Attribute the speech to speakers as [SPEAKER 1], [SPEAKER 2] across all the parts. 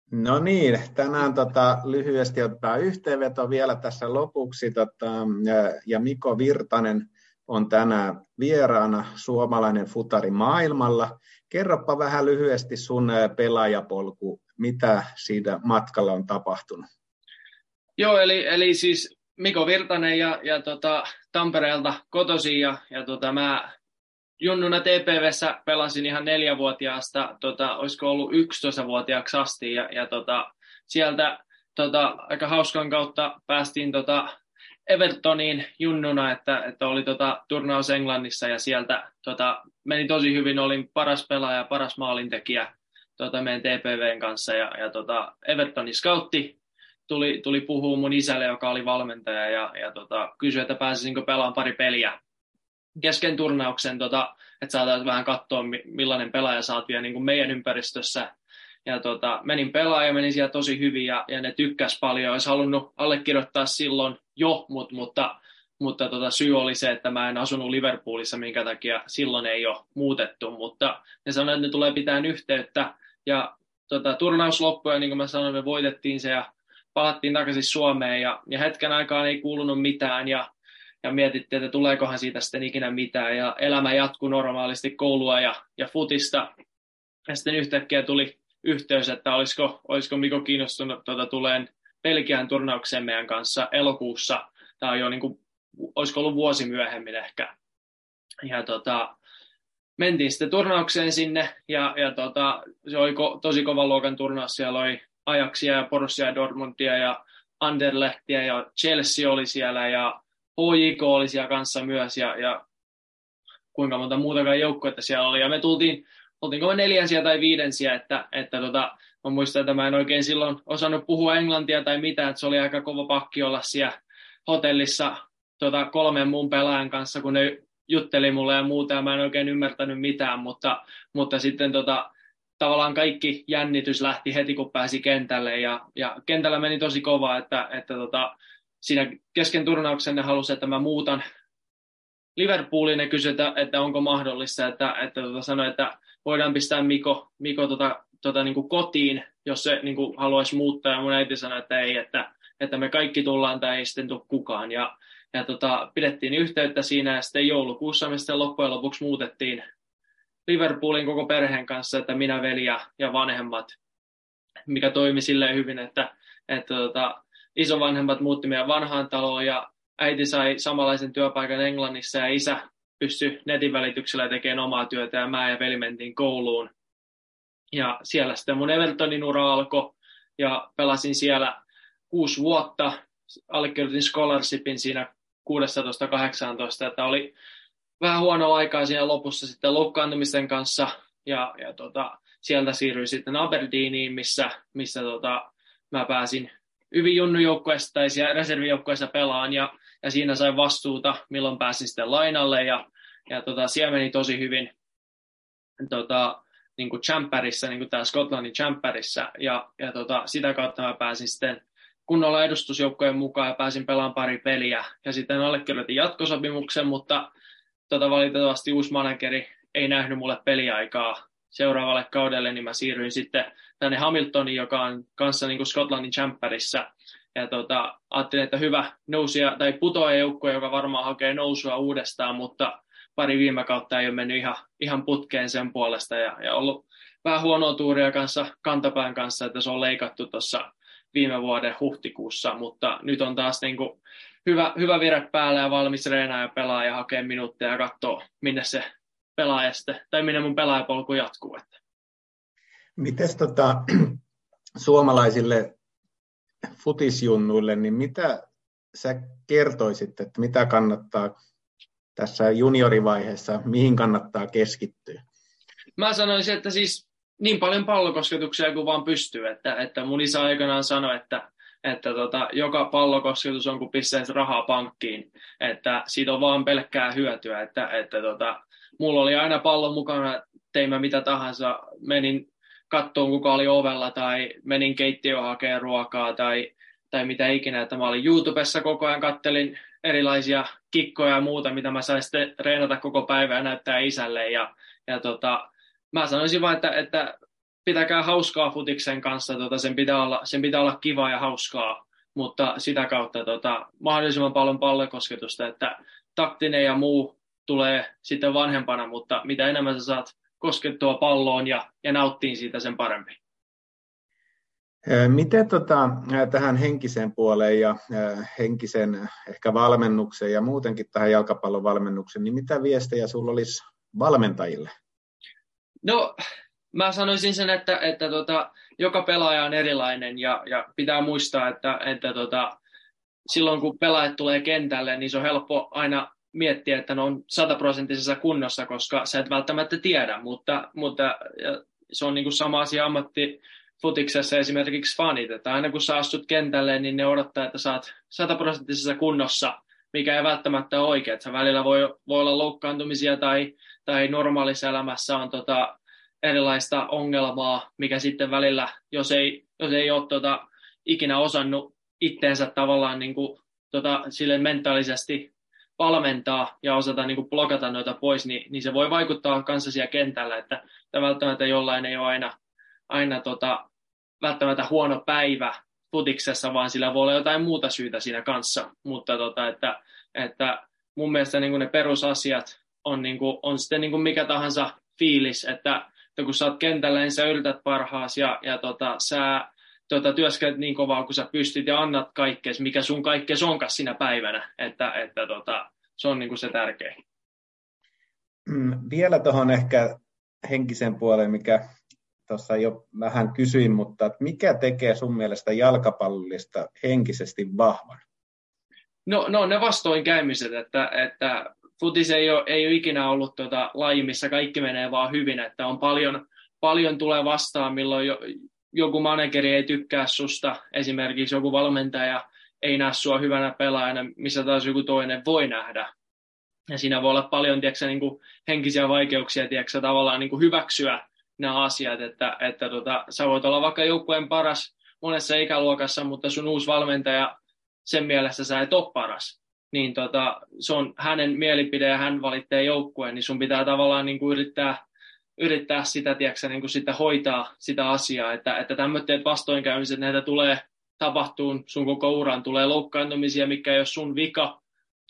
[SPEAKER 1] No niin, tänään lyhyesti ottaa yhteenveto vielä tässä lopuksi. Ja Miko Virtanen on tänään vieraana, suomalainen futari maailmalla. Kerropa vähän lyhyesti sun pelaajapolku, mitä siitä matkalla on tapahtunut?
[SPEAKER 2] Joo, eli siis Miko Virtanen ja Tampereelta kotoisin ja mä junnuna TPV:ssä pelasin ihan 4-vuotiaasta, olisiko ollut 11-vuotiaaksi asti ja sieltä aika hauskan kautta päästiin Evertoniin junnuna, että oli turnaus Englannissa ja sieltä meni tosi hyvin, olin paras pelaaja, paras maalintekijä meidän TPV:n kanssa ja Evertonin scoutti tuli puhua mun isälle, joka oli valmentaja ja kysyi, että pääsisinkö pelaamaan pari peliä kesken turnauksen, että saataisiin vähän katsoa, millainen pelaaja saat vielä niin kuin meidän ympäristössä. Ja menin pelaamaan ja menin siellä tosi hyvin ja ne tykkäs paljon. Olisi halunnut allekirjoittaa silloin jo, mutta syy oli se, että mä en asunut Liverpoolissa, minkä takia silloin ei ole muutettu. Mutta ne sanoivat, että ne tulee pitämään yhteyttä. Ja turnaus loppui ja niin kuin mä sanoin, me voitettiin se ja palattiin takaisin Suomeen. Ja hetken aikaan ei kuulunut mitään ja mietittiin, että tuleekohan siitä sitten ikinä mitään, ja elämä jatkui normaalisti koulua ja futista, ja sitten yhtäkkiä tuli yhteys, että olisiko Miko kiinnostunut tuleen Belgian turnaukseen meidän kanssa elokuussa, tämä on jo niin kuin, olisiko ollut vuosi myöhemmin ehkä, ja mentiin sitten turnaukseen sinne, ja se oli tosi kovan luokan turnaus, siellä oli Ajaxia ja Borussia Dortmundia ja Anderlechtia ja Chelsea oli siellä, ja HJK oli siellä kanssa myös ja kuinka monta muutakaan joukkuetta siellä oli. Ja me oltiinko me 4. tai 5. että mä muistan, että mä en oikein silloin osannut puhua englantia tai mitään, että se oli aika kova pakki olla siellä hotellissa 3 muun pelaajan kanssa, kun ne jutteli mulle ja muuta, ja mä en oikein ymmärtänyt mitään, mutta sitten tavallaan kaikki jännitys lähti heti, kun pääsi kentälle, ja kentällä meni tosi kova, että siinä kesken turnauksen ne halusi, että mä muutan Liverpooliin. Ne kysyi, että onko mahdollista, että sanoi, että voidaan pistää Miko niin kuin kotiin, jos se niin kuin haluaisi muuttaa. Ja mun äiti sanoi, että ei, että me kaikki tullaan tai ei sitten tule kukaan. Ja pidettiin yhteyttä siinä ja sitten joulukuussa me sitten loppujen lopuksi muutettiin Liverpoolin koko perheen kanssa, että minä, veli ja vanhemmat, mikä toimi silleen hyvin, että isovanhemmat muutti meidän vanhaan taloon ja äiti sai samanlaisen työpaikan Englannissa ja isä pystyi netin välityksellä tekemään omaa työtä ja mä ja veli mentiin kouluun. Ja siellä sitten mun Evertonin ura alkoi ja pelasin siellä 6 vuotta. Allekirjoitin scholarshipin siinä 16-18, että oli vähän huonoa aikaa siinä lopussa sitten loukkaantumisten kanssa ja sieltä siirryin sitten Aberdeeniin, missä mä pääsin hyvin junnujoukkueessa tai siellä reservijoukkueessa pelaan ja siinä sain vastuuta, milloin pääsin sitten lainalle ja siellä meni tosi hyvin niin kuin Champerissa, niin kuin täällä Skotlannin Champerissa ja sitä kautta mä pääsin sitten kunnolla edustusjoukkojen mukaan ja pääsin pelaamaan pari peliä ja sitten allekirjoitin jatkosopimuksen, mutta valitettavasti uusi manageri ei nähnyt mulle peliaikaa seuraavalle kaudelle, niin mä siirryin sitten tänne Hamiltoniin, joka on kanssa niin kuin Skotlannin Champerissa. Ja ajattelin, että hyvä nousia tai putoaja joukkue, joka varmaan hakee nousua uudestaan, mutta pari viime kautta ei ole mennyt ihan putkeen sen puolesta ja ollut vähän huonoa tuuria kanssa kantapään kanssa, että se on leikattu tuossa viime vuoden huhtikuussa, mutta nyt on taas niin kuin hyvä vire päällä ja valmis treenaa ja pelaa ja hakee minuutteja ja katsoo, minne se pelaaja sitten, tai minne mun pelaajapolku jatkuu.
[SPEAKER 1] Mites suomalaisille futisjunnuille, niin mitä sä kertoisit, että mitä kannattaa tässä juniorivaiheessa, mihin kannattaa keskittyä?
[SPEAKER 2] Mä sanoisin, että siis niin paljon pallokosketuksia kuin vaan pystyy, että mun isä aikanaan sanoi, että joka pallokosketus on kuin pistäisi rahaa pankkiin, että siitä on vaan pelkkää hyötyä, että mulla oli aina pallo mukana, tein mä mitä tahansa, menin kattoon kuka oli ovella tai menin keittiöön hakemaan ruokaa tai mitä ikinä, että mä olin YouTubessa koko ajan, kattelin erilaisia kikkoja ja muuta, mitä mä sain sitten treenata koko päivä ja näyttää isälle ja mä sanoisin vaan, että pitäkää hauskaa futiksen kanssa, sen pitää olla kiva ja hauskaa, mutta sitä kautta mahdollisimman paljon pallokosketusta, että taktinen ja muu tulee sitten vanhempana, mutta mitä enemmän sä saat koskettua palloon ja nauttiin siitä, sen parempi.
[SPEAKER 1] Miten tähän henkiseen puoleen ja henkisen ehkä valmennukseen ja muutenkin tähän jalkapallon valmennukseen, niin mitä viestejä sulla olisi valmentajille?
[SPEAKER 2] No, mä sanoisin sen, että joka pelaaja on erilainen ja pitää muistaa, että silloin kun pelaajat tulee kentälle, niin se on helppo aina miettiä, että ne on 100% kunnossa, koska sä et välttämättä tiedä, mutta se on niin kuin sama asia ammattifutiksessa esimerkiksi fanit, että aina kun sä astut kentälle, niin ne odottaa, että sä oot 100% kunnossa, mikä ei välttämättä ole oikein. Sä välillä voi olla loukkaantumisia tai normaalissa elämässä on erilaista ongelmaa, mikä sitten välillä, jos ei ole ikinä osannut itteensä tavallaan niin kuin, sille mentaalisesti valmentaa ja osata niin kuin blokata noita pois, niin se voi vaikuttaa kanssa siellä kentällä, että välttämättä jollain ei ole aina välttämättä huono päivä futiksessa, vaan sillä voi olla jotain muuta syytä siinä kanssa, mutta että mun mielestä niin kuin ne perusasiat on sitten niin kuin mikä tahansa fiilis, että kun sä oot kentällä, niin sä yrität parhaasi ja sä työskentelet niin kovaa, kun sä pystyt ja annat kaikkees, mikä sun kaikkees onkaan siinä päivänä, että se on niin kuin se tärkein.
[SPEAKER 1] Vielä tuohon ehkä henkisen puoleen, mikä tuossa jo vähän kysyin, mutta mikä tekee sun mielestä jalkapallollista henkisesti vahvan? No
[SPEAKER 2] ne vastoinkäymiset, että futis ei ole ikinä ollut laji, missä kaikki menee vaan hyvin, että on paljon tulee vastaan, milloin joku manageri ei tykkää susta, esimerkiksi joku valmentaja ei näe sua hyvänä pelaajana, missä taas joku toinen voi nähdä. Ja siinä voi olla paljon niin kuin henkisiä vaikeuksia tavallaan niin kuin hyväksyä nämä asiat, että sä voit olla vaikka joukkueen paras monessa ikäluokassa, mutta sun uusi valmentaja sen mielessä sä et ole paras. Niin se on hänen mielipide ja hän valitsee joukkueen, niin sun pitää tavallaan niin kuin yrittää sitä, niin kuin sitä hoitaa sitä asiaa, että tämmöiset vastoinkäymiset, näitä tulee tapahtuun sun koko uran, tulee loukkaantumisia, mikä ei ole sun vika,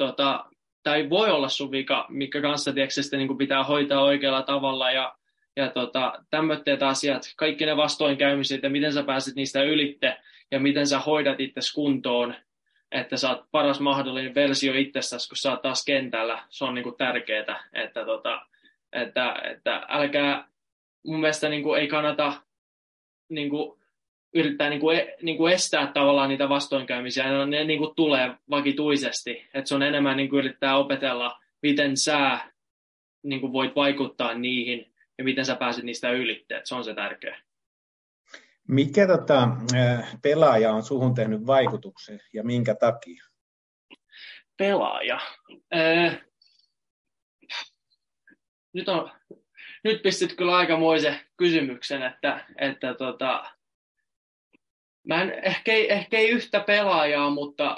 [SPEAKER 2] tai voi olla sun vika, mikä kanssa sitä niin kuin pitää hoitaa oikealla tavalla, ja tämmöiset asiat, kaikki ne vastoinkäymiset, ja miten sä pääset niistä ylitte, ja miten sä hoidat itsesi kuntoon, että sä oot paras mahdollinen versio itsestäsi, kun sä oot taas kentällä, se on niin kuin tärkeää, että älkää, mun mielestä niin kuin ei kannata niin kuin yrittää niin kuin estää tavallaan niitä vastoinkäymisiä, ne niin kuin tulee vakituisesti, että se on enemmän niin kuin yrittää opetella, miten sä niin kuin voit vaikuttaa niihin ja miten sä pääset niistä ylitte, että se on se tärkeä.
[SPEAKER 1] Mikä pelaaja on suhun tehnyt vaikutuksen ja minkä takia?
[SPEAKER 2] Pelaaja? Nyt pistit kyllä aikamoisen kysymyksen, että mä en ehkä ei yhtä pelaajaa, mutta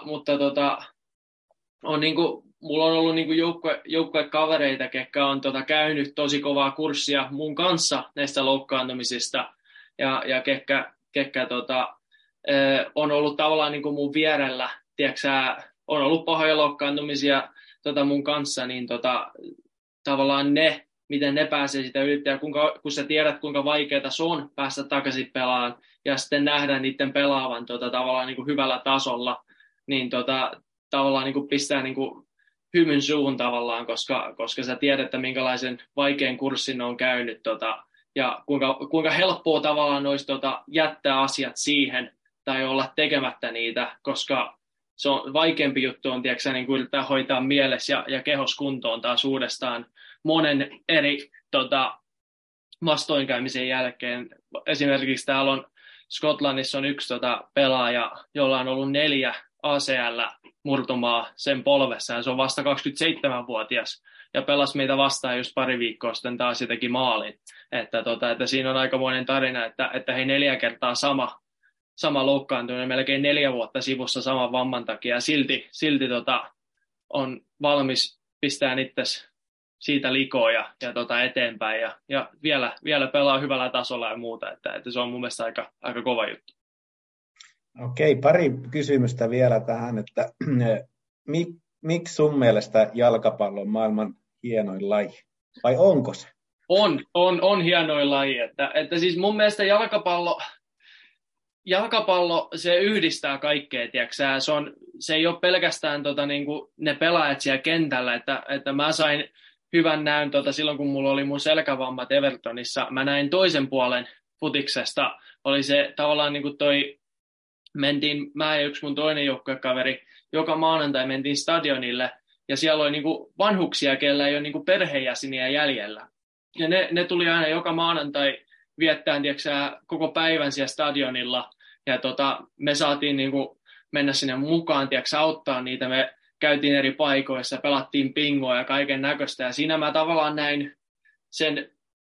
[SPEAKER 2] on niinku, mulla on ollut niinku joukkuekavereita, ketkä on käynyt tosi kovaa kurssia mun kanssa näistä loukkaantumisista ja ketkä on ollut tavallaan niinku mun vierellä, tiedätkö, on ollut pahoja loukkaantumisia mun kanssa, niin tavallaan miten ne pääsee sitä ylittää, ja kun sä tiedät, kuinka vaikeaa se on päästä takaisin pelaan, ja sitten nähdä niiden pelaavan tavallaan niin kuin hyvällä tasolla, niin tavallaan niin kuin pistää niin kuin hymyn suuhun tavallaan, koska sä tiedät, että minkälaisen vaikean kurssin on käynyt, ja kuinka helppoa tavallaan olisi jättää asiat siihen, tai olla tekemättä niitä, koska se on vaikeampi juttu on, tiedätkö, niin kuin yrittää hoitaa mielessä ja kehos kuntoon taas uudestaan monen eri vastoinkäymisen jälkeen. Esimerkiksi täällä on Skotlannissa on yksi pelaaja, jolla on ollut 4 ACL-murtumaa sen polvessa, ja se on vasta 27-vuotias, ja pelasi meitä vastaan just pari viikkoa sitten taas ja teki maalin. Että siinä on aikamoinen tarina, että he 4 kertaa sama loukkaantunut, melkein 4 vuotta sivussa saman vamman takia, ja silti on valmis pistämään itsesi siitä likoa ja eteenpäin ja vielä pelaa hyvällä tasolla ja muuta, että se on mun mielestä aika kova juttu.
[SPEAKER 1] Okei, pari kysymystä vielä tähän, että miksi sun mielestä jalkapallo on maailman hienoin laji, vai onko se?
[SPEAKER 2] On hienoin laji, että siis mun mielestä jalkapallo se yhdistää kaikkea, tiedätkö? Se ei ole pelkästään niinku ne pelaajat siellä kentällä, että mä sain hyvän näyn silloin, kun mulla oli mun selkävammat Evertonissa, mä näin toisen puolen futiksesta, oli se tavallaan niinku mä ja yksi mun toinen joukkuekaveri, joka maanantai mentiin stadionille, ja siellä oli niinku vanhuksia, kellä ei ole niinku perheenjäseniä jäljellä. Ja ne tuli aina joka maanantai viettään, tiedätkö, koko päivän siellä stadionilla, ja me saatiin niinku mennä sinne mukaan, tiedätkö, auttaa niitä, me käytiin eri paikoissa, pelattiin pingoa ja kaiken näköistä, ja siinä mä tavallaan näin sen,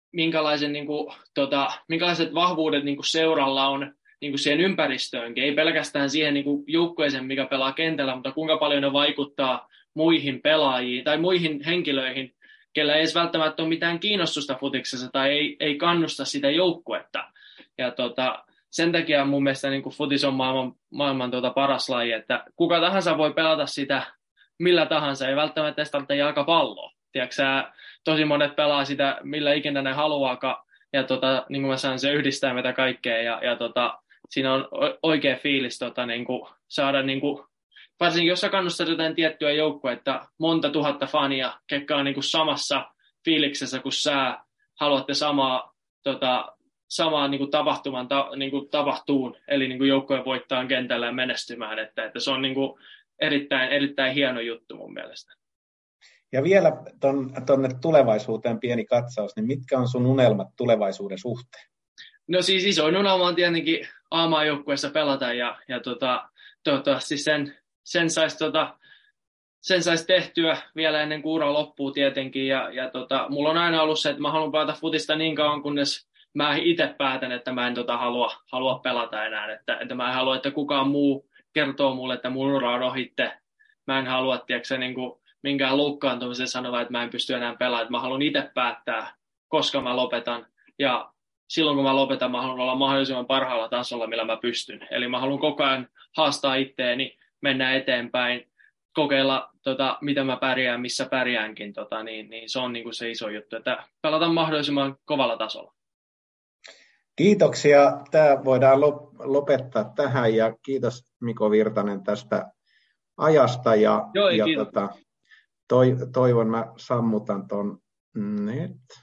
[SPEAKER 2] minkälaiset vahvuudet niinku seuralla on niinku siihen ympäristöönkin, ei pelkästään siihen niinku joukkueeseen, mikä pelaa kentällä, mutta kuinka paljon ne vaikuttaa muihin pelaajiin tai muihin henkilöihin, kellä ei edes välttämättä ole mitään kiinnostusta futiksessa tai ei kannusta sitä joukkuetta. Ja sen takia mun mielestä niin kuin futis on maailman paras laji, että kuka tahansa voi pelata sitä millä tahansa, ei välttämättä edes tarvitse jalkapalloa. Tiedätkö sä, tosi monet pelaa sitä millä ikinä ne haluaakaan, ja niin kuin mä sanon, se yhdistää meitä kaikkea, ja siinä on oikea fiilis niin kuin saada, niin kuin, varsinkin jos sä kannustat jotain tiettyä joukkuetta, monta tuhatta fania, ketkä on niin kuin samassa fiiliksessä kuin sä, haluatte samaa niin kuin tapahtuman niin kuin tapahtuun, eli niin kuin joukkojen voittaa kentällä ja menestymään, että se on niin kuin erittäin hieno juttu mun mielestä.
[SPEAKER 1] Ja vielä tuonne tulevaisuuteen pieni katsaus, niin mitkä on sun unelmat tulevaisuuden suhteen?
[SPEAKER 2] No siis isoin unelma on tietenkin A-maajoukkueessa pelata ja toivottavasti sen saisi tehtyä vielä ennen kuin ura loppuu tietenkin ja mulla on aina ollut se, että mä haluan pelata futista niin kauan, kunnes mä itse päätän, että mä en halua pelata enää, että mä en halua, että kukaan muu kertoo mulle, että mun ura on ohitte. Mä en halua, tiedätkö, niin kuin minkään loukkaantumisen sanoa, että mä en pysty enää pelaamaan. Mä haluan itse päättää, koska mä lopetan. Ja silloin, kun mä lopetan, mä haluan olla mahdollisimman parhaalla tasolla, millä mä pystyn. Eli mä haluan koko ajan haastaa itteeni, mennä eteenpäin, kokeilla, mitä mä pärjään, missä pärjäänkin. Niin se on niin kuin se iso juttu, että pelataan mahdollisimman kovalla tasolla.
[SPEAKER 1] Kiitoksia. Tämä voidaan lopettaa tähän ja kiitos Miko Virtanen tästä ajasta ja toivon mä sammutan ton net.